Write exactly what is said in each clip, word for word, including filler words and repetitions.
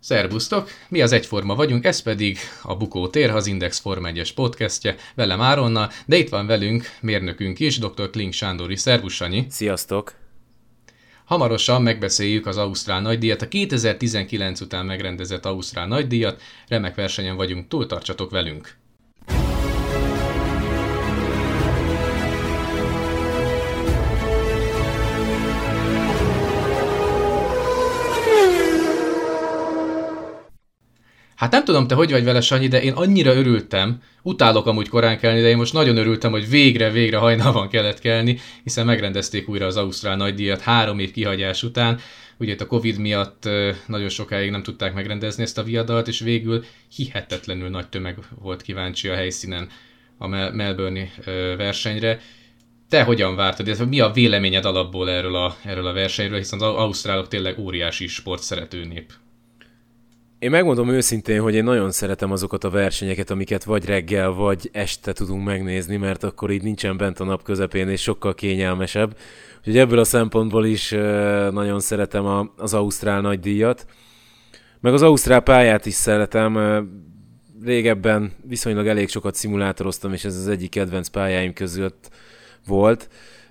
Szerbusztok! Mi az Egyforma vagyunk, ez pedig a Bukó tér, az Index Forma egyes podcastje, velem Áronnal, de itt van velünk mérnökünk is, dr. Klink Sándor is. Szervusz, Sanyi! Sziasztok! Hamarosan megbeszéljük az Ausztrál nagydíjat, a kétezer-tizenkilenc után megrendezett Ausztrál nagydíjat, remek versenyen vagyunk, túl tartsatok velünk! Hát nem tudom, te hogy vagy vele, Sanyi, de én annyira örültem, utálok amúgy korán kelni, de én most nagyon örültem, hogy végre, végre hajnalban kellett kelni, hiszen megrendezték újra az Ausztrál nagydíjat három év kihagyás után. Ugye itt a Covid miatt nagyon sokáig nem tudták megrendezni ezt a viadalt, és végül hihetetlenül nagy tömeg volt kíváncsi a helyszínen a Melbourne-i versenyre. Te hogyan vártad, illetve mi a véleményed alapból erről a, erről a versenyről, hiszen az ausztrálok tényleg óriási sportszerető nép. Én megmondom őszintén, hogy én nagyon szeretem azokat a versenyeket, amiket vagy reggel, vagy este tudunk megnézni, mert akkor így nincsen bent a nap közepén, és sokkal kényelmesebb. Úgyhogy ebből a szempontból is nagyon szeretem az Ausztrál nagydíjat. Meg az ausztrál pályát is szeretem. Régebben viszonylag elég sokat szimulátoroztam, és ez az egyik kedvenc pályáim között volt.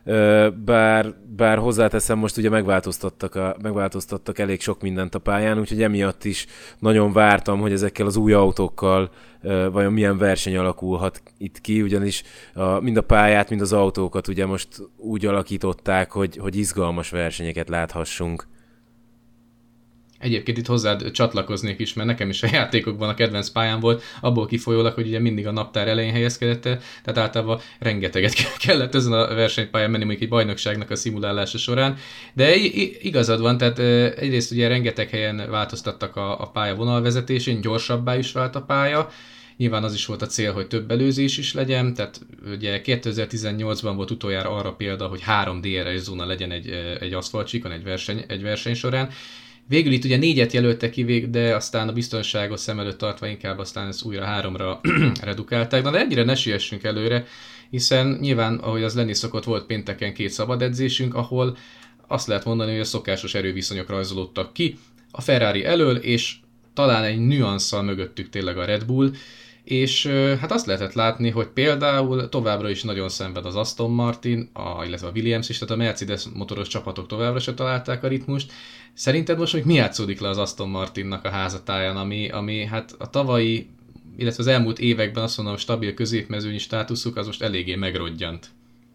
Bár, bár hozzáteszem, most ugye megváltoztattak, a, megváltoztattak elég sok mindent a pályán, úgyhogy emiatt is nagyon vártam, hogy ezekkel az új autókkal vajon milyen verseny alakulhat itt ki, ugyanis a, mind a pályát, mind az autókat ugye most úgy alakították, hogy, hogy izgalmas versenyeket láthassunk. Egyébként itt hozzád csatlakoznék is, mert nekem is a játékokban a kedvenc pályám volt, abból kifolyólag, hogy ugye mindig a naptár elején helyezkedett el, tehát általában rengeteget kellett ezen a versenypályán menni, mondjuk egy bajnokságnak a szimulálása során, de igazad van, tehát egyrészt ugye rengeteg helyen változtattak a, a pálya vonalvezetésén, gyorsabbá is vált a pálya, nyilván az is volt a cél, hogy több előzés is legyen, tehát ugye kétezer-tizennyolcban volt utoljára arra példa, hogy három dé er es zóna legyen egy, egy aszfaltcsíkon, egy verseny, egy verseny során. Végül itt ugye négyet jelöltek ki, de aztán a biztonságot szem előtt tartva inkább aztán ezt újra háromra redukálták. Na de egyre ne siessünk előre, hiszen nyilván, ahogy az lenni szokott, volt pénteken két szabad edzésünk, ahol azt lehet mondani, hogy a szokásos erőviszonyok rajzolódtak ki. A Ferrari elől, és talán egy nüansszal mögöttük tényleg a Red Bull, és hát azt lehetett látni, hogy például továbbra is nagyon szenved az Aston Martin, a, illetve a Williams is, tehát a Mercedes motoros csapatok továbbra se találták a ritmust. Szerinted most még mi játszódik le az Aston Martinnak a házatáján, ami, ami hát a tavalyi, illetve az elmúlt években azt mondom, stabil középmezőnyi státuszuk az most eléggé megrodjant.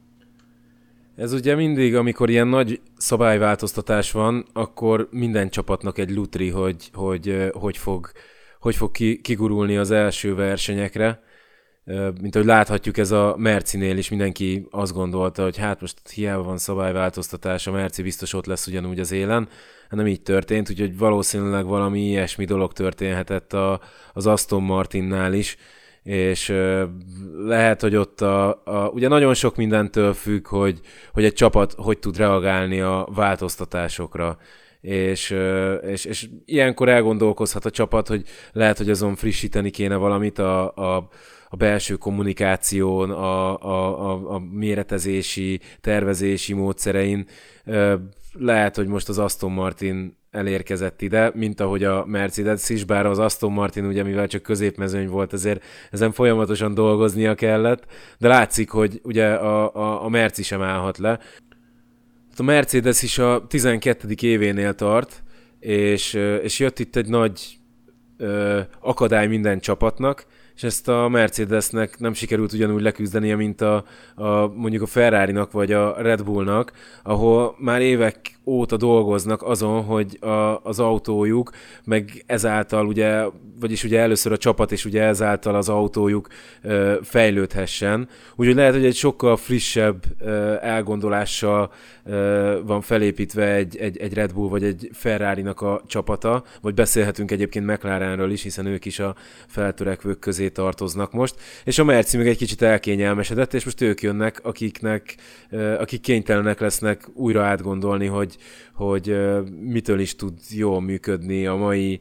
Ez ugye mindig, amikor ilyen nagy szabályváltoztatás van, akkor minden csapatnak egy lutri, hogy hogy, hogy fog, hogy fog kigurulni az első versenyekre. Mint ahogy láthatjuk, ez a Mercinél is mindenki azt gondolta, hogy hát most hiába van szabályváltoztatás, a Merci biztos ott lesz ugyanúgy az élen. Nem így történt, úgyhogy valószínűleg valami ilyesmi dolog történhetett a, az Aston Martinnál is, és lehet, hogy ott a, a, ugye nagyon sok mindentől függ, hogy, hogy egy csapat hogy tud reagálni a változtatásokra. És, és, és ilyenkor elgondolkozhat a csapat, hogy lehet, hogy azon frissíteni kéne valamit a, a, a belső kommunikáción, a, a, a, a méretezési, tervezési módszerein. Lehet, hogy most az Aston Martin elérkezett ide, mint ahogy a Mercedes is, bár az Aston Martin ugye, mivel csak középmezőny volt, ezért ezen folyamatosan dolgoznia kellett, de látszik, hogy ugye a, a, a Merci sem állhat le. A Mercedes is a tizenkettedik événél tart, és, és jött itt egy nagy ö, akadály minden csapatnak, és ezt a Mercedesnek nem sikerült ugyanúgy leküzdenie, mint a, a, mondjuk a Ferrarinak vagy a Red Bullnak, ahol már évek óta dolgoznak azon, hogy a, az autójuk, meg ezáltal ugye, vagyis ugye először a csapat, és ugye ezáltal az autójuk ö, fejlődhessen. Úgyhogy lehet, hogy egy sokkal frissebb ö, elgondolással ö, van felépítve egy, egy, egy Red Bull vagy egy Ferrarinak a csapata, vagy beszélhetünk egyébként McLarenről is, hiszen ők is a feltörekvők közé tartoznak most, és a Merci meg egy kicsit elkényelmesedett, és most ők jönnek, akiknek, akik kénytelenek lesznek újra átgondolni, hogy, hogy mitől is tud jól működni a mai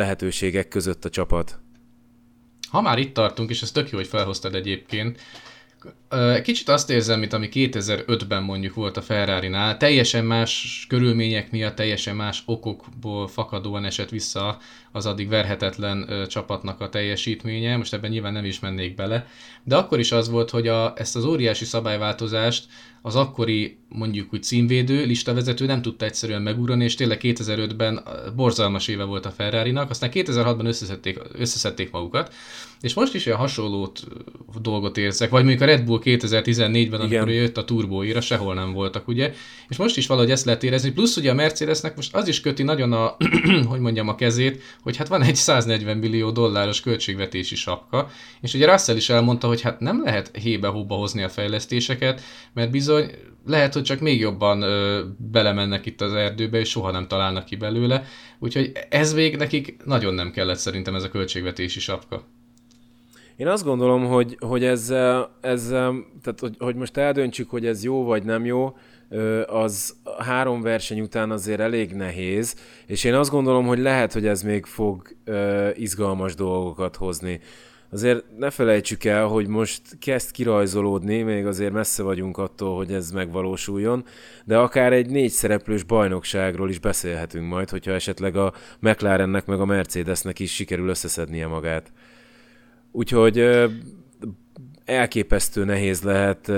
lehetőségek között a csapat. Ha már itt tartunk, és ez tök jó, hogy felhoztad egyébként, Kicsit azt érzem, mint ami kétezer-ötben mondjuk volt a Ferrarinál, teljesen más körülmények miatt, teljesen más okokból fakadóan esett vissza az addig verhetetlen ö, csapatnak a teljesítménye, most ebben nyilván nem is mennék bele, de akkor is az volt, hogy a, ezt az óriási szabályváltozást az akkori mondjuk úgy címvédő, listavezető nem tudta egyszerűen megugrani, és tényleg kétezer-ötben borzalmas éve volt a Ferrarinak, aztán kétezer-hatban összeszedték, összeszedték magukat, és most is olyan hasonlót dolgot érzek, vagy mondjuk a Red Bull kétezer-tizennégyben, amikor jött a turbóira, sehol nem voltak, ugye, és most is valahogy ezt lehet érezni, plusz ugye a Mercedesnek most az is köti nagyon a, hogy mondjam, a kezét, hogy hát van egy száznegyven millió dolláros költségvetési sapka, és ugye Russell is elmondta, hogy hát nem lehet hébe-hóba hozni a fejlesztéseket, mert bizony lehet, hogy csak még jobban ö, belemennek itt az erdőbe, és soha nem találnak ki belőle, úgyhogy ez még nekik nagyon nem kellett szerintem ez a költségvetési sapka. Én azt gondolom, hogy, hogy ezzel, ezzel tehát hogy, hogy most eldöntsük, hogy ez jó vagy nem jó, az három verseny után azért elég nehéz, és én azt gondolom, hogy lehet, hogy ez még fog izgalmas dolgokat hozni. Azért ne felejtsük el, hogy most kezd kirajzolódni, még azért messze vagyunk attól, hogy ez megvalósuljon, de akár egy négy szereplős bajnokságról is beszélhetünk majd, hogyha esetleg a McLarennek meg a Mercedesnek is sikerül összeszednie magát. Úgyhogy elképesztő nehéz lehet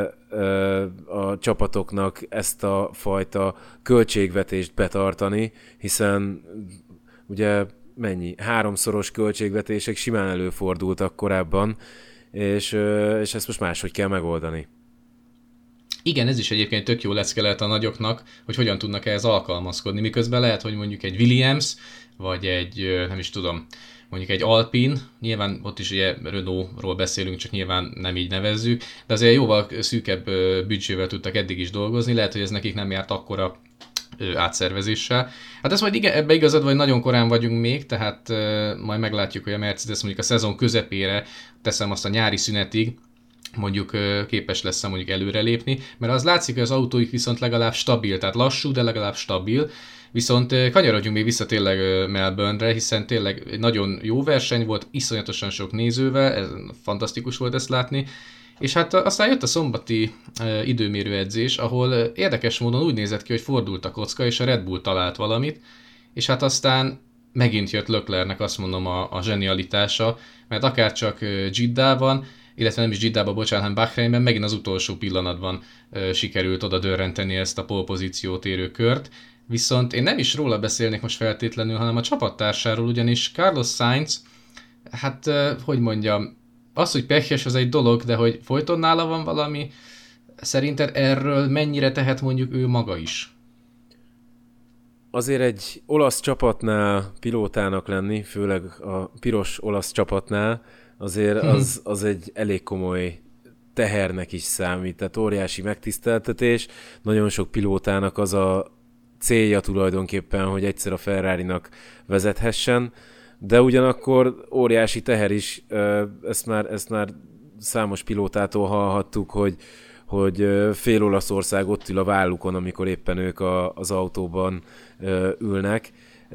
a csapatoknak ezt a fajta költségvetést betartani, hiszen ugye mennyi? Háromszoros költségvetések simán előfordultak korábban, és, és ezt most máshogy kell megoldani. Igen, ez is egyébként tök jó lecke lehet a nagyoknak, hogy hogyan tudnak ehhez alkalmazkodni, miközben lehet, hogy mondjuk egy Williams, vagy egy, nem is tudom, mondjuk egy Alpine, nyilván ott is ugye Renaultról beszélünk, csak nyilván nem így nevezzük, de azért jóval szűkebb büdzsével tudtak eddig is dolgozni, lehet, hogy ez nekik nem járt akkora átszervezéssel. Hát ez majd igen, ebbe igazad, hogy nagyon korán vagyunk még, tehát majd meglátjuk, hogy a Mercedes mondjuk a szezon közepére, teszem azt a nyári szünetig, mondjuk képes lesz mondjuk előrelépni, mert az látszik, hogy az autóik viszont legalább stabil, tehát lassú, de legalább stabil. Viszont kanyarodjunk még vissza tényleg Melbourne-re, hiszen tényleg egy nagyon jó verseny volt, iszonyatosan sok nézővel, ez fantasztikus volt ezt látni, és hát aztán jött a szombati időmérő edzés, ahol érdekes módon úgy nézett ki, hogy fordult a kocka, és a Red Bull talált valamit, és hát aztán megint jött Leclercnek azt mondom a, a zsenialitása, mert akárcsak Jiddában, illetve nem is Jiddában, bocsánat, hanem Bahreinben megint az utolsó pillanatban sikerült oda dörrenteni ezt a pole pozíciót érő kört. Viszont én nem is róla beszélnék most feltétlenül, hanem a csapattársáról, ugyanis Carlos Sainz, hát hogy mondjam, az, hogy pehjes, az egy dolog, de hogy folyton nála van valami, szerinted erről mennyire tehet mondjuk ő maga is? Azért egy olasz csapatnál pilótának lenni, főleg a piros olasz csapatnál, azért az, az egy elég komoly tehernek is számít, tehát óriási megtiszteltetés, nagyon sok pilótának az a célja tulajdonképpen, hogy egyszer a Ferrarinak vezethessen, de ugyanakkor óriási teher is, ezt már, ezt már számos pilótától hallhattuk, hogy, hogy fél Olaszország ott ül a vállukon, amikor éppen ők a, az autóban ülnek.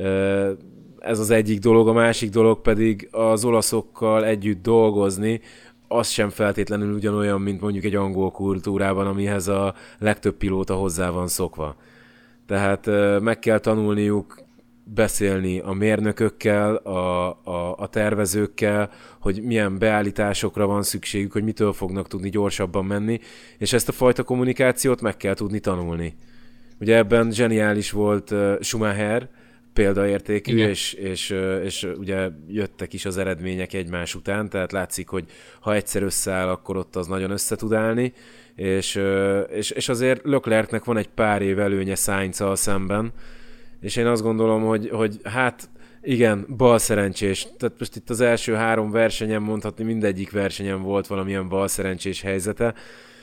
Ez az egyik dolog, a másik dolog pedig az olaszokkal együtt dolgozni, az sem feltétlenül ugyanolyan, mint mondjuk egy angol kultúrában, amihez a legtöbb pilóta hozzá van szokva. Tehát meg kell tanulniuk beszélni a mérnökökkel, a, a, a tervezőkkel, hogy milyen beállításokra van szükségük, hogy mitől fognak tudni gyorsabban menni, és ezt a fajta kommunikációt meg kell tudni tanulni. Ugye ebben zseniális volt Schumacher, példaértékű, és, és, és ugye jöttek is az eredmények egymás után, tehát látszik, hogy ha egyszer összeáll, akkor ott az nagyon össze tud állni, és, és, és azért Leclercnek van egy pár év előnye Sainz-al szemben, és én azt gondolom, hogy, hogy hát igen, bal szerencsés. Tehát most itt az első három versenyen mondhatni, mindegyik versenyen volt valamilyen bal szerencsés helyzete,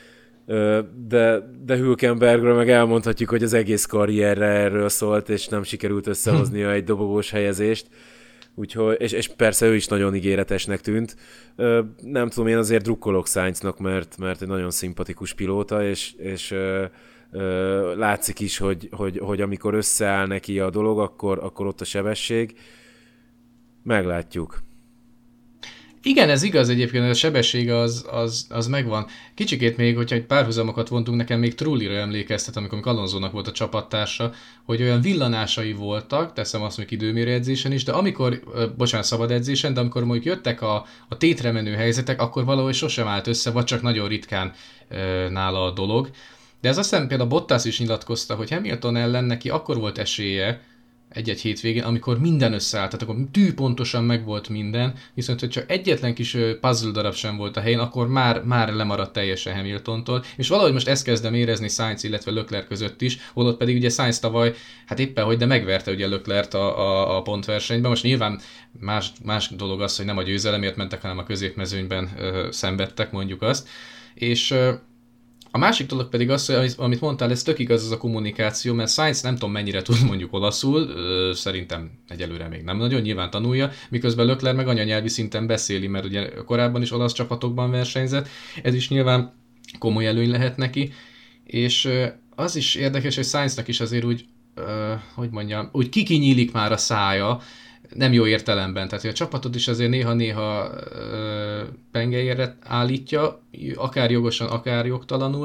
de, de Hülkenbergről meg elmondhatjuk, hogy az egész karrierre erről szólt, és nem sikerült összehoznia egy dobogós helyezést. Úgyhogy, és, és persze ő is nagyon ígéretesnek tűnt. Nem tudom, én azért drukkolok Sainznak, mert, mert egy nagyon szimpatikus pilóta, és, és látszik is, hogy, hogy, hogy amikor összeáll neki a dolog, akkor, akkor ott a sebesség. Meglátjuk. Igen, ez igaz egyébként, a sebesség az, az, az megvan. Kicsikét még, hogyha egy párhuzamokat vontunk, nekem még Trullira emlékeztet, amikor Alonsónak volt a csapattársa, hogy olyan villanásai voltak, teszem azt mondjuk időmérő edzésen is, de amikor, bocsánat, szabad edzésen, de amikor mondjuk jöttek a, a tétre menő helyzetek, akkor valahogy sosem állt össze, vagy csak nagyon ritkán e, nála a dolog. De ez azt hiszem például Bottas is nyilatkozta, hogy Hamilton ellen neki akkor volt esélye, egy-egy hétvégén, amikor minden összeállt, tehát akkor tűpontosan megvolt minden, viszont hogy csak egyetlen kis puzzle darab sem volt a helyén, akkor már, már lemaradt teljesen Hamiltontól, és valahogy most ezt kezdem érezni Sainz, illetve Leclerc között is, holott pedig ugye Sainz tavaly, hát éppen hogy, de megverte ugye Leclerc a, a, a pontversenyben, most nyilván más, más dolog az, hogy nem a győzelemért mentek, hanem a középmezőnyben ö, szenvedtek, mondjuk azt, és ö, a másik dolog pedig az, hogy amit mondtál, ez tök igaz az a kommunikáció, mert Sainz nem tudom mennyire tud mondjuk olaszul, szerintem egyelőre még nem nagyon, nyilván tanulja, miközben Leclerc meg anyanyelvi szinten beszéli, mert ugye korábban is olasz csapatokban versenyzett, ez is nyilván komoly előny lehet neki, és az is érdekes, hogy Sainznak is azért úgy, hogy mondjam, úgy kikinyílik már a szája, nem jó értelemben, tehát hogy a csapatot is azért néha-néha ö, pengelyre állítja, akár jogosan, akár jogtalanul,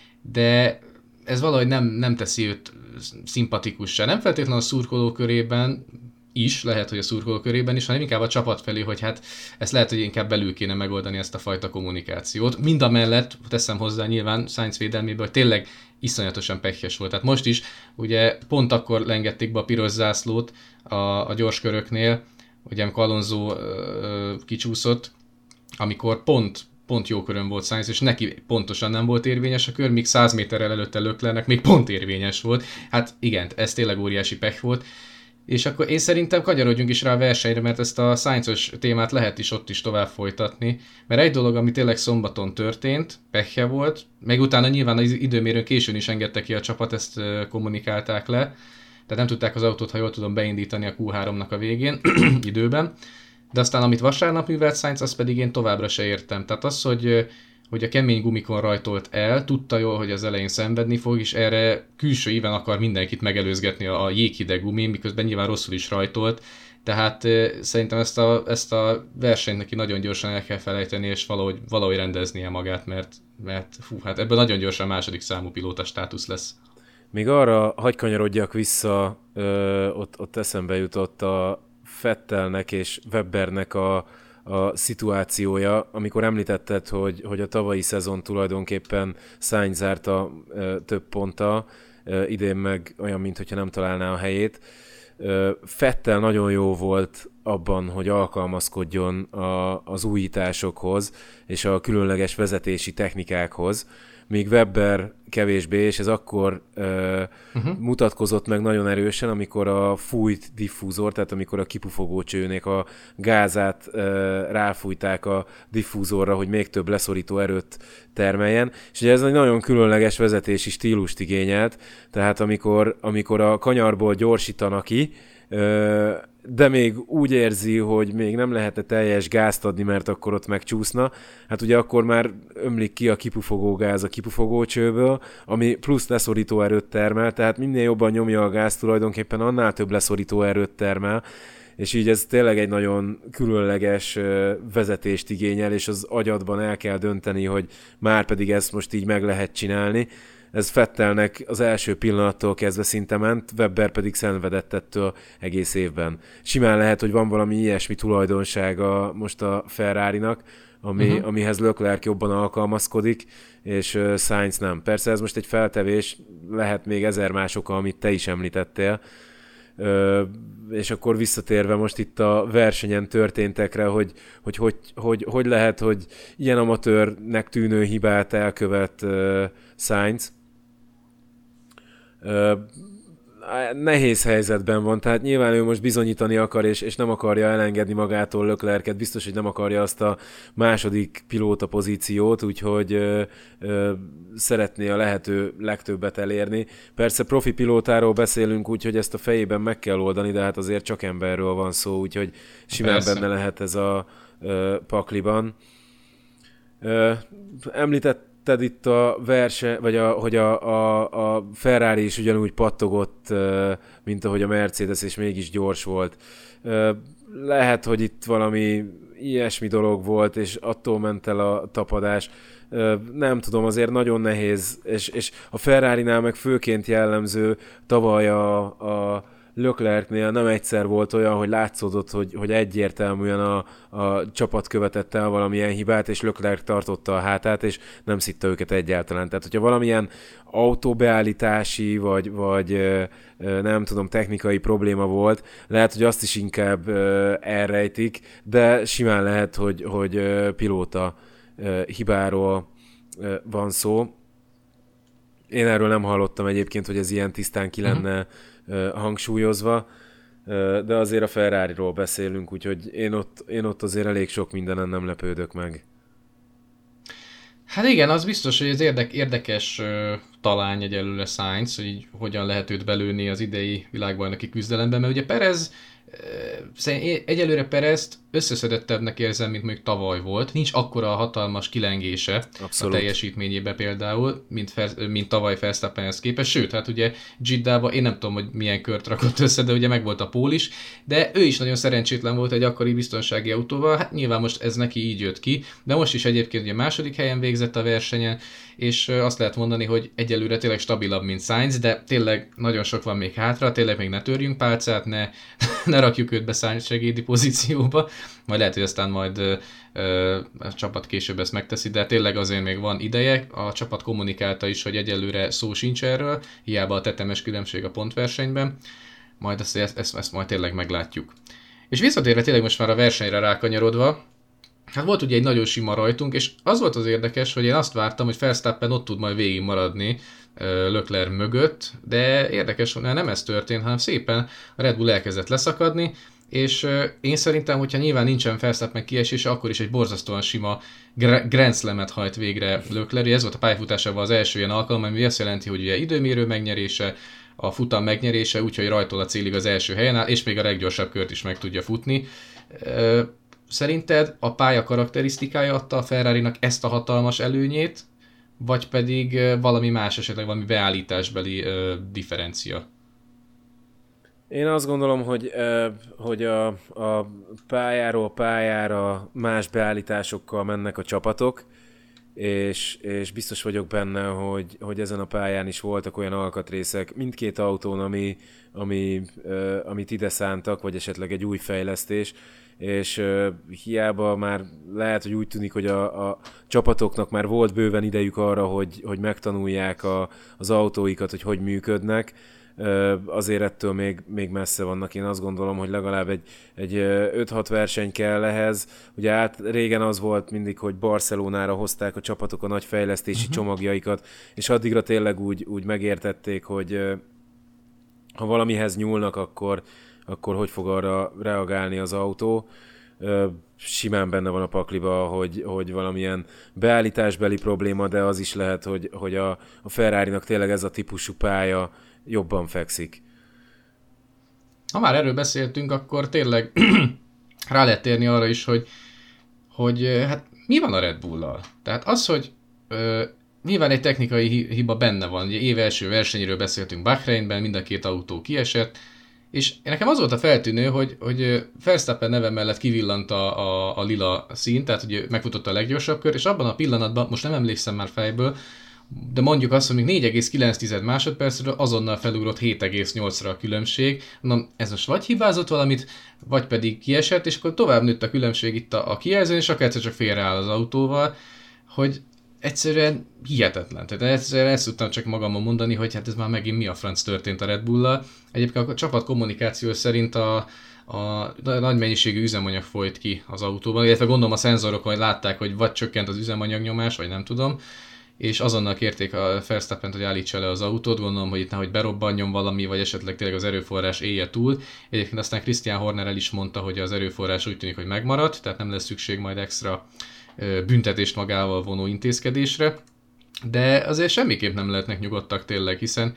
de ez valahogy nem, nem teszi őt szimpatikussá. Nem feltétlenül a szurkoló körében is, lehet, hogy a szurkoló körében is, hanem inkább a csapat felé, hogy hát ezt lehet, hogy inkább belül kéne megoldani ezt a fajta kommunikációt. Mindamellett teszem hozzá nyilván Sainz védelmében, hogy tényleg iszonyatosan pekhes volt. Tehát most is ugye pont akkor lengették be a piros zászlót a, a gyorsköröknél, ugye amikor Alonso ö, kicsúszott, amikor pont, pont jó körön volt Sainz, és neki pontosan nem volt érvényes a kör, míg száz méterrel előtte Leclercnek még pont érvényes volt. Hát igen, ez tényleg óriási pech volt. És akkor én szerintem kanyarodjunk is rá a versenyre, mert ezt a Sainzos témát lehet is ott is tovább folytatni. Mert egy dolog, ami tényleg szombaton történt, pekje volt, meg utána nyilván az időmérőn későn is engedte ki a csapat, ezt kommunikálták le. Tehát nem tudták az autót, ha jól tudom, beindítani a kú háromnak a végén, időben. De aztán amit vasárnap művelt Sainz, azt pedig én továbbra se értem. Tehát az, hogy hogy a kemény gumikon rajtolt el, tudta jól, hogy az elején szenvedni fog, és erre külső íven akar mindenkit megelőzgetni a jéghideg gumin, miközben nyilván rosszul is rajtolt. Tehát e, szerintem ezt a, ezt a versenyt neki nagyon gyorsan el kell felejteni, és valahogy, valahogy rendeznie magát, mert, mert fú, hát ebből nagyon gyorsan második számú pilóta státusz lesz. Még arra hagy kanyarodjak vissza, ö, ott, ott eszembe jutott a Vettelnek és Webbernek a a szituációja, amikor említetted, hogy, hogy a tavalyi szezon tulajdonképpen Sainz zárta e, több ponttal, e, idén meg olyan, mintha nem találná a helyét. E, Vettel nagyon jó volt abban, hogy alkalmazkodjon a, az újításokhoz és a különleges vezetési technikákhoz, míg Webber kevésbé, és ez akkor uh, uh-huh. mutatkozott meg nagyon erősen, amikor a fújt diffúzor, tehát amikor a kipufogócsőnek a gázát uh, ráfújták a diffúzorra, hogy még több leszorító erőt termeljen, és ugye ez egy nagyon különleges vezetési stílust igényelt, tehát amikor, amikor a kanyarból gyorsítanak ki, uh, de még úgy érzi, hogy még nem lehetne teljes gázt adni, mert akkor ott megcsúszna. Hát ugye akkor már ömlik ki a kipufogó gáz a kipufogócsőből, ami plusz leszorító erőt termel, tehát minél jobban nyomja a gáz, tulajdonképpen annál több leszorító erőt termel, és így ez tényleg egy nagyon különleges vezetést igényel, és az agyadban el kell dönteni, hogy már pedig ezt most így meg lehet csinálni. Ez Vettelnek az első pillanattól kezdve szinte ment, Webber pedig szenvedett ettől egész évben. Simán lehet, hogy van valami ilyesmi tulajdonsága most a Ferrarinak, ami, uh-huh. amihez Leclerc jobban alkalmazkodik, és uh, Sainz nem. Persze ez most egy feltevés, lehet még ezer más oka, amit te is említettél, uh, és akkor visszatérve most itt a versenyen történtekre, hogy hogy, hogy, hogy, hogy lehet, hogy ilyen amatőrnek tűnő hibát elkövet uh, Sainz. Uh, nehéz helyzetben van, tehát nyilván ő most bizonyítani akar, és, és nem akarja elengedni magától Leclercet, biztos, hogy nem akarja azt a második pilóta pozíciót, úgyhogy ö, ö, szeretné a lehető legtöbbet elérni. Persze profi pilótáról beszélünk, úgyhogy ezt a fejében meg kell oldani, de hát azért csak emberről van szó, úgyhogy simán Persze. benne lehet ez a ö, pakliban. Ö, említett Ted itt a verse, vagy a, hogy a, a, a Ferrari is ugyanúgy pattogott, mint ahogy a Mercedes, és mégis gyors volt. Lehet, hogy itt valami ilyesmi dolog volt, és attól ment el a tapadás. Nem tudom, azért nagyon nehéz, és, és a Ferrarinál meg főként jellemző tavaly a, a Leclercnél nem egyszer volt olyan, hogy látszódott, hogy, hogy egyértelműen a, a csapat követett el valamilyen hibát, és Leclerc tartotta a hátát, és nem szitta őket egyáltalán. Tehát, hogyha valamilyen autóbeállítási, vagy, vagy nem tudom, technikai probléma volt, lehet, hogy azt is inkább elrejtik, de simán lehet, hogy, hogy pilóta hibáról van szó. Én erről nem hallottam egyébként, hogy ez ilyen tisztán ki lenne uh-huh. hangsúlyozva, de azért a Ferrariról beszélünk, úgyhogy én ott, én ott azért elég sok mindenen nem lepődök meg. Hát igen, az biztos, hogy ez érdek, érdekes uh, talány egyelőre Sainz, hogy így hogyan lehet őt belőni az idei világbajnoki küzdelemben, mert ugye Perez uh, egyelőre Perezt összeszedettebbnek érzem, mint mondjuk tavaly volt. Nincs akkora a hatalmas kilengése Abszolút. A teljesítményébe például, mint, Fer, mint tavaly Verstappenhez képest. Sőt, hát ugye Jeddába én nem tudom, hogy milyen kört rakott össze, de ugye megvolt a pól is, de ő is nagyon szerencsétlen volt egy akkori biztonsági autóval. Hát nyilván most ez neki így jött ki, de most is egyébként ugye második helyen végzett a versenyen, és azt lehet mondani, hogy egyelőre tényleg stabilabb, mint Sainz, de tényleg nagyon sok van még hátra, tényleg még ne törjünk pálcát, ne, ne rakjuk őt be Sainz segédi pozícióba, majd lehet, hogy aztán majd ö, ö, a csapat később ezt megteszi, de tényleg azért még van ideje. A csapat kommunikálta is, hogy egyelőre szó sincs erről, hiába a tetemes különbség a pontversenyben, majd ezt, ezt, ezt, ezt majd tényleg meglátjuk. És visszatérve tényleg most már a versenyre rákanyarodva, hát volt ugye egy nagyon sima rajtunk, és az volt az érdekes, hogy én azt vártam, hogy Verstappen ott tud majd végig maradni Leclerc mögött, de érdekes, hogy nem ez történt, hanem szépen a Red Bull elkezdett leszakadni, és én szerintem, hogyha nyilván nincsen Verstappen kiesése, akkor is egy borzasztóan sima Grand Slam-et hajt végre Leclerc. Ez volt a pályafutásában az első ilyen alkalom, ami azt jelenti, hogy ugye időmérő megnyerése, a futam megnyerése, úgyhogy rajtól a célig az első helyen áll, és még a leggyorsabb kört is meg tudja futni. Szerinted a pálya karakterisztikája adta a Ferrarinak ezt a hatalmas előnyét, vagy pedig valami más, esetleg valami beállításbeli uh, differencia? Én azt gondolom, hogy, hogy a, a pályáról pályára más beállításokkal mennek a csapatok, és, és biztos vagyok benne, hogy, hogy ezen a pályán is voltak olyan alkatrészek mindkét autón, ami, ami, amit ide szántak, vagy esetleg egy új fejlesztés, és hiába már lehet, hogy úgy tűnik, hogy a, a csapatoknak már volt bőven idejük arra, hogy, hogy megtanulják a, az autóikat, hogy hogy működnek, azért ettől még, még messze vannak. Én azt gondolom, hogy legalább egy, egy öt-hat verseny kell ehhez. Ugye át régen az volt mindig, hogy Barcelonára hozták a csapatok a nagy fejlesztési uh-huh. csomagjaikat, és addigra tényleg úgy, úgy megértették, hogy ha valamihez nyúlnak, akkor, akkor hogy fog arra reagálni az autó. Simán benne van a pakliba, hogy, hogy valamilyen beállításbeli probléma, de az is lehet, hogy, hogy a, a Ferrarinak tényleg ez a típusú pálya jobban fekszik. Ha már erről beszéltünk, akkor tényleg rá lehet térni arra is, hogy, hogy hát mi van a Red Bull-lal? Tehát az, hogy ö, nyilván egy technikai hiba benne van. Ugye év első versenyről beszéltünk Bahreinben, mind a két autó kiesett, és nekem az volt a feltűnő, hogy, hogy Verstappen neve mellett kivillant a, a, a lila szín, tehát ugye megfutotta a leggyorsabb kör, és abban a pillanatban, most nem emlékszem már fejből, de mondjuk azt, hogy még négy egész kilenc másodpercről azonnal felugrott hét egész nyolcra a különbség. Mondom, ez most vagy hibázott valamit, vagy pedig kiesett, és akkor tovább nőtt a különbség itt a, a kijelzőn, és akkor egyszer csak félreáll az autóval, hogy egyszerűen hihetetlen. Tehát egyszerűen ezt tudtam csak magamon mondani, hogy hát ez már megint mi a franc történt a Red Bull-lal. Egyébként a csapat kommunikáció szerint a, a nagy mennyiségű üzemanyag folyt ki az autóban, illetve gondolom a szenzorokon, hogy látták, hogy vagy csökkent az üzemanyagnyomás, vagy nem tudom, és azonnal kérték a Verstappent, hogy állítsa le az autót, gondolom, hogy itt nehogy berobbanjon valami, vagy esetleg tényleg az erőforrás élje túl. Egyébként aztán Christian Horner el is mondta, hogy az erőforrás úgy tűnik, hogy megmaradt, tehát nem lesz szükség majd extra büntetést magával vonó intézkedésre, de azért semmiképp nem lehetnek nyugodtak tényleg, hiszen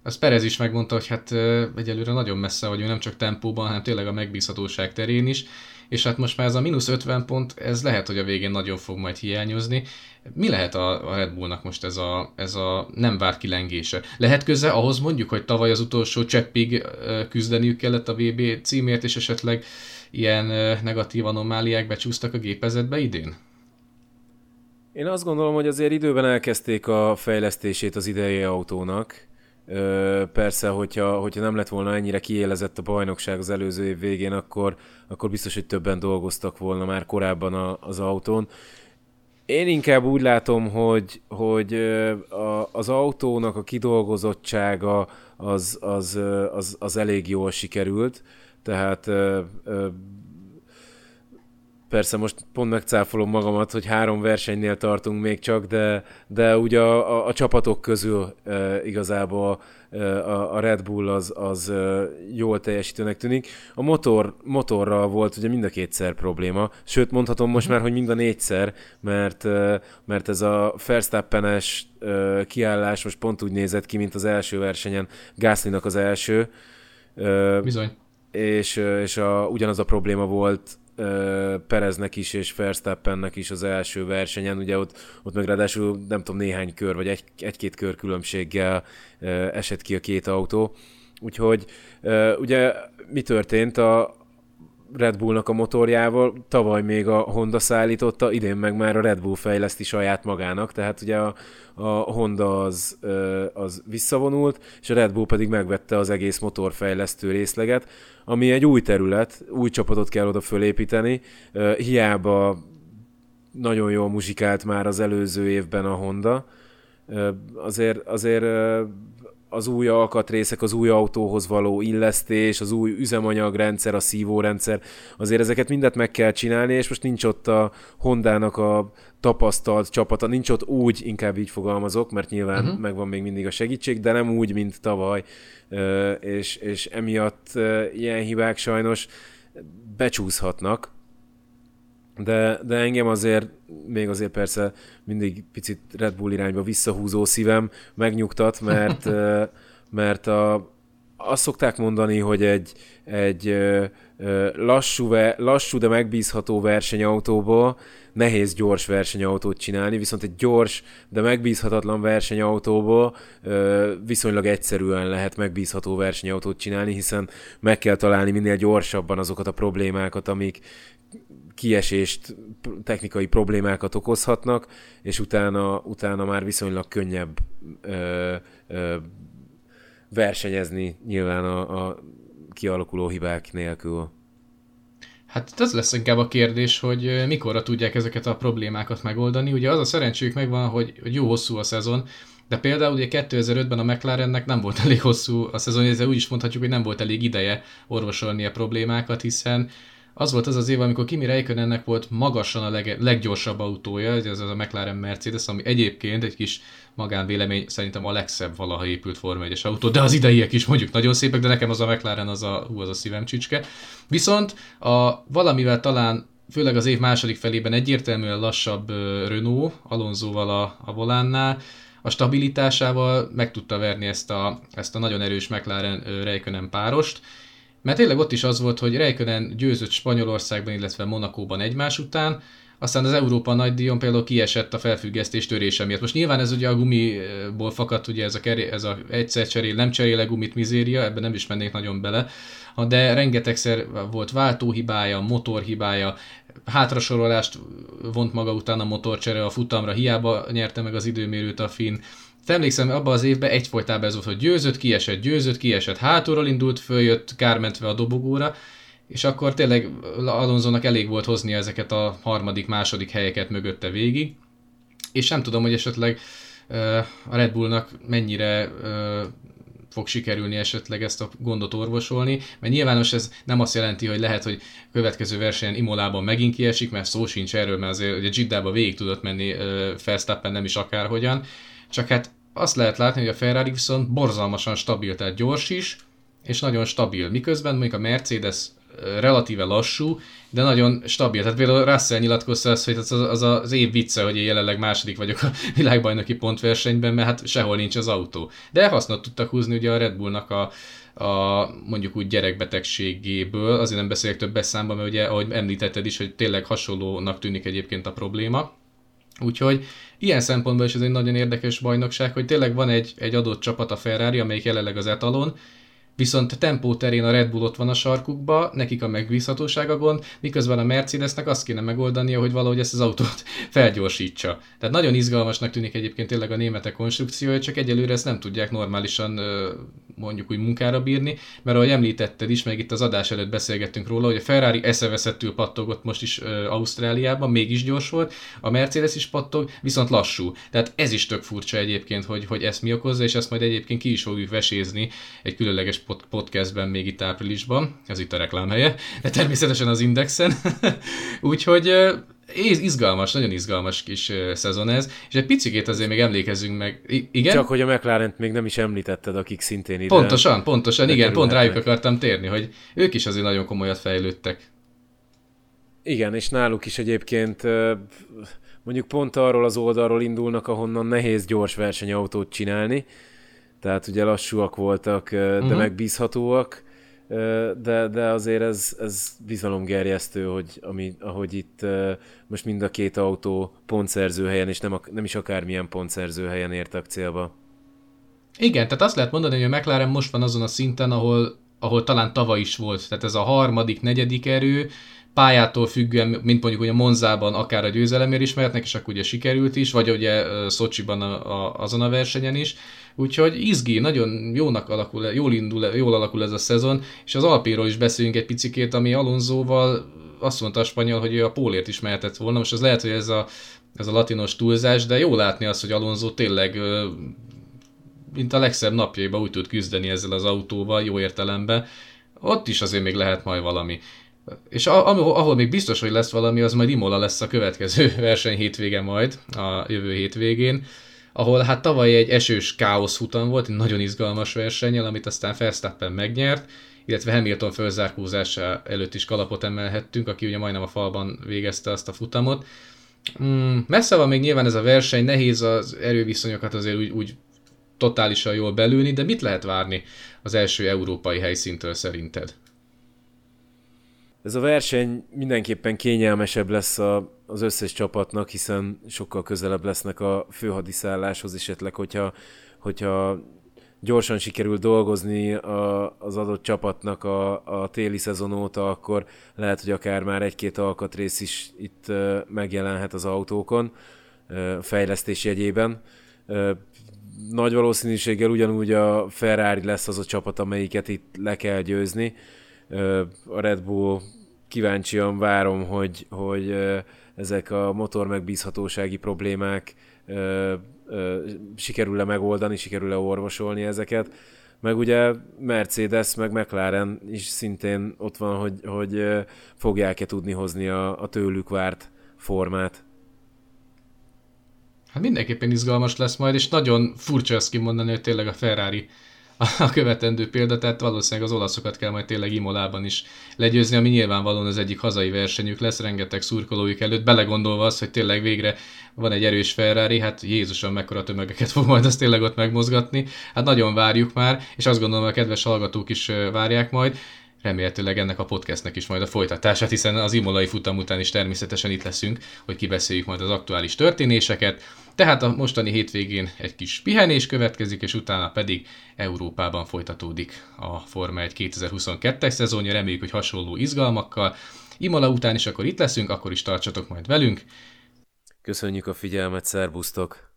Az Perez is megmondta, hogy hát egyelőre nagyon messze vagyunk, nem csak tempóban, hanem tényleg a megbízhatóság terén is, és hát most már ez a mínusz ötven pont, ez lehet, hogy a végén nagyon fog majd hiányozni. Mi lehet a, a Red Bullnak most ez a, ez a nem várt kilengése? Lehet köze ahhoz mondjuk, hogy tavaly az utolsó cseppig küzdeniük kellett a vé bé címért, és esetleg ilyen negatív anomáliák becsúsztak a gépezetbe idén? Én azt gondolom, hogy azért időben elkezdték a fejlesztését az idei autónak. Persze, hogyha, hogyha nem lett volna ennyire kiélezett a bajnokság az előző év végén, akkor, akkor biztos, hogy többen dolgoztak volna már korábban a, az autón. Én inkább úgy látom, hogy, hogy a, az autónak a kidolgozottsága az, az, az, az elég jól sikerült, tehát persze most pont megcáfolom magamat, hogy három versenynél tartunk még csak, de, de ugye a, a, a csapatok közül e, igazából e, a, a Red Bull az, az e, jól teljesítőnek tűnik. A motor, motorral volt ugye mind a kétszer probléma, sőt mondhatom most már, hogy mind a négyszer, mert, e, mert ez a Verstappen-es e, kiállás most pont úgy nézett ki, mint az első versenyen, Gaslynak az első. E, Bizony. És, és a, ugyanaz a probléma volt Pereznek is és Verstappennek is az első versenyen, ugye ott, ott meg ráadásul nem tudom néhány kör, vagy egy, egy-két kör különbséggel esett ki a két autó. Úgyhogy ugye mi történt a Red Bullnak a motorjával? Tavaly még a Honda szállította, idén meg már a Red Bull fejleszti saját magának, tehát ugye a, a Honda az, az visszavonult, és a Red Bull pedig megvette az egész motorfejlesztő részleget, ami egy új terület, új csapatot kell oda fölépíteni, hiába nagyon jól muzsikált már az előző évben a Honda, azért, azért az új alkatrészek, az új autóhoz való illesztés, az új üzemanyagrendszer, a szívórendszer, azért ezeket mindet meg kell csinálni, és most nincs ott a Hondának a tapasztalt csapata, nincs ott úgy, inkább így fogalmazok, mert nyilván uh-huh. megvan még mindig a segítség, de nem úgy, mint tavaly, és, és emiatt ilyen hibák sajnos becsúszhatnak. De, de engem azért, még azért persze mindig picit Red Bull irányba visszahúzó szívem megnyugtat, mert, mert a, azt szokták mondani, hogy egy, egy lassú, lassú, de megbízható versenyautóból nehéz gyors versenyautót csinálni, viszont egy gyors, de megbízhatatlan versenyautóból viszonylag egyszerűen lehet megbízható versenyautót csinálni, hiszen meg kell találni minél gyorsabban azokat a problémákat, amik kiesést, technikai problémákat okozhatnak, és utána, utána már viszonylag könnyebb ö, ö, versenyezni nyilván a, a kialakuló hibák nélkül. Hát az lesz inkább a kérdés, hogy mikorra tudják ezeket a problémákat megoldani. Ugye az a szerencséjük megvan, hogy, hogy jó hosszú a szezon, de például ugye kétezer-ötben a McLarennek nem volt elég hosszú a szezon, ezzel úgy is mondhatjuk, hogy nem volt elég ideje orvosolni a problémákat, hiszen az volt az az év, amikor Kimi Räikkönennek volt magasan a leg, leggyorsabb autója, ez az a McLaren Mercedes, ami egyébként egy kis magánvélemény szerintem a legszebb valaha épült Forma egyes autó, de az ideiek is mondjuk nagyon szépek, de nekem az a McLaren az a, hú, az a szívem csücske. Viszont a, valamivel talán, főleg az év második felében egyértelműen lassabb Renault, Alonsóval a, a volánnál, a stabilitásával meg tudta verni ezt a, ezt a nagyon erős McLaren Räikkönen párost, mert tényleg ott is az volt, hogy Räikkönen győzött Spanyolországban, illetve Monakóban egymás után, aztán az Európa nagydíjon például kiesett a felfüggesztés törése miatt. Most nyilván ez ugye a gumiból fakadt, ugye ez a, keré, ez a egyszer cserél, nem cserél gumit mizéria, ebben nem is mennék nagyon bele, de rengetegszer volt váltóhibája, motorhibája, hátrasorolást vont maga után a motorcsere a futamra, hiába nyerte meg az időmérőt a finn. Emlékszem, abban az évben egyfolytában ez volt, hogy győzött, kiesett, győzött, kiesett, hátulról indult, följött, kármentve a dobogóra, és akkor tényleg Alonsónak elég volt hozni ezeket a harmadik, második helyeket mögötte végig, és nem tudom, hogy esetleg uh, a Red Bullnak mennyire uh, fog sikerülni esetleg ezt a gondot orvosolni, mert nyilván most ez nem azt jelenti, hogy lehet, hogy a következő versenyen Imolában megint kiesik, mert szó sincs erről, mert azért ugye Jeddába végig tudott menni uh, Verstappen nem is akárhogyan, csak hát azt lehet látni, hogy a Ferrari viszont borzalmasan stabil, tehát gyors is, és nagyon stabil. Miközben mondjuk a Mercedes relatíve lassú, de nagyon stabil. Tehát például Russell nyilatkozta azt, hogy az az, az év vicce, hogy én jelenleg második vagyok a világbajnoki pontversenyben, mert hát sehol nincs az autó. De hasznot tudtak húzni ugye a Red Bullnak a, a mondjuk úgy gyerekbetegségéből, azért nem beszélek többes számban, mert ugye, ahogy említetted is, hogy tényleg hasonlónak tűnik egyébként a probléma. Úgyhogy ilyen szempontból is ez egy nagyon érdekes bajnokság, hogy tényleg van egy, egy adott csapat, a Ferrari, amelyik jelenleg az etalon, viszont tempó terén a Red Bull ott van a sarkukba, nekik a megbízhatóság a gond, miközben a Mercedesnek azt kéne megoldania, hogy valahogy ezt az autót felgyorsítsa. Tehát nagyon izgalmasnak tűnik egyébként tényleg a németek konstrukciója, csak egyelőre ezt nem tudják normálisan mondjuk úgy munkára bírni, mert ahogy említetted is, meg itt az adás előtt beszélgettünk róla, hogy a Ferrari eszeveszettül pattogott most is Ausztráliában, mégis gyors volt, a Mercedes is pattog, viszont lassú. Tehát ez is tök furcsa egyébként, hogy, hogy ezt mi okozza, és ezt majd egyébként ki is fogjuk vesézni egy különleges podcastben még itt áprilisban, ez itt a reklámhelye, de természetesen az Indexen. Úgyhogy izgalmas, nagyon izgalmas kis szezon ez, és egy picikét azért még emlékezzünk meg. I- igen? Csak hogy a McLarent még nem is említetted, akik szintén ide... Pontosan, pontosan, igen, pont rájuk akartam térni, hogy ők is azért nagyon komolyat fejlődtek. Igen, és náluk is egyébként mondjuk pont arról az oldalról indulnak, ahonnan nehéz gyors versenyautót csinálni, tehát ugye lassúak voltak, de uh-huh. megbízhatóak, de, de azért ez, ez bizalomgerjesztő, hogy ami, ahogy itt most mind a két autó pontszerző helyen, és nem, nem is akármilyen pontszerző helyen értek célba. Igen, tehát azt lehet mondani, hogy a McLaren most van azon a szinten, ahol, ahol talán tavaly is volt. Tehát ez a harmadik, negyedik erő, pályától függően, mint mondjuk ugye Monzában akár a győzelemért is mehetnek, és akkor ugye sikerült is, vagy ugye Szocsiban a, a, azon a versenyen is. Úgyhogy izgi, nagyon jónak alakul, jól, indul, jól alakul ez a szezon, és az Alpinról is beszéljünk egy picikét, ami Alonsóval azt mondta a spanyol, hogy ő a pólért is mehetett volna. Most az lehet, hogy ez a, ez a latinos túlzás, de jó látni azt, hogy Alonso tényleg mint a legszebb napjaiban úgy tud küzdeni ezzel az autóval, jó értelemben. Ott is azért még lehet majd valami. És ahol, ahol még biztos, hogy lesz valami, az majd Imola lesz a következő verseny hétvége majd, a jövő hétvégén, ahol hát tavaly egy esős káosz futam volt, egy nagyon izgalmas versennyel, amit aztán Verstappen megnyert, illetve Hamilton fölzárkózása előtt is kalapot emelhettünk, aki ugye majdnem a falban végezte azt a futamot. Mm, messze van még nyilván ez a verseny, nehéz az erőviszonyokat azért úgy, úgy totálisan jól belülni, de mit lehet várni az első európai helyszíntől szerinted? Ez a verseny mindenképpen kényelmesebb lesz a, az összes csapatnak, hiszen sokkal közelebb lesznek a főhadiszálláshoz, és esetleg, hogyha, hogyha gyorsan sikerül dolgozni a, az adott csapatnak a, a téli szezon óta, akkor lehet, hogy akár már egy-két alkatrész is itt uh, megjelenhet az autókon uh, fejlesztés jegyében. Uh, nagy valószínűséggel ugyanúgy a Ferrari lesz az a csapat, amelyiket itt le kell győzni. A Red Bull kíváncsian várom, hogy, hogy ezek a motor megbízhatósági problémák sikerül-e megoldani, sikerül-e orvosolni ezeket. Meg ugye Mercedes, meg McLaren is szintén ott van, hogy, hogy fogják-e tudni hozni a, a tőlük várt formát. Hát mindenképpen izgalmas lesz majd, és nagyon furcsa ezt kimondani, hogy tényleg a Ferrari a követendő példa, tehát valószínűleg az olaszokat kell majd tényleg Imolában is legyőzni, ami nyilvánvalóan az egyik hazai versenyük lesz, rengeteg szurkolójuk előtt, belegondolva az, hogy tényleg végre van egy erős Ferrari, hát Jézusom, mekkora tömegeket fog majd azt tényleg ott megmozgatni, hát nagyon várjuk már, és azt gondolom, a kedves hallgatók is várják majd, remélhetőleg ennek a podcastnek is majd a folytatását, hiszen az imolai futam után is természetesen itt leszünk, hogy kibeszéljük majd az aktuális történéseket. Tehát a mostani hétvégén egy kis pihenés következik, és utána pedig Európában folytatódik a Forma egy kétezer-huszonkettes szezonja, reméljük, hogy hasonló izgalmakkal. Imola után is akkor itt leszünk, akkor is tartsatok majd velünk. Köszönjük a figyelmet, szerbusztok!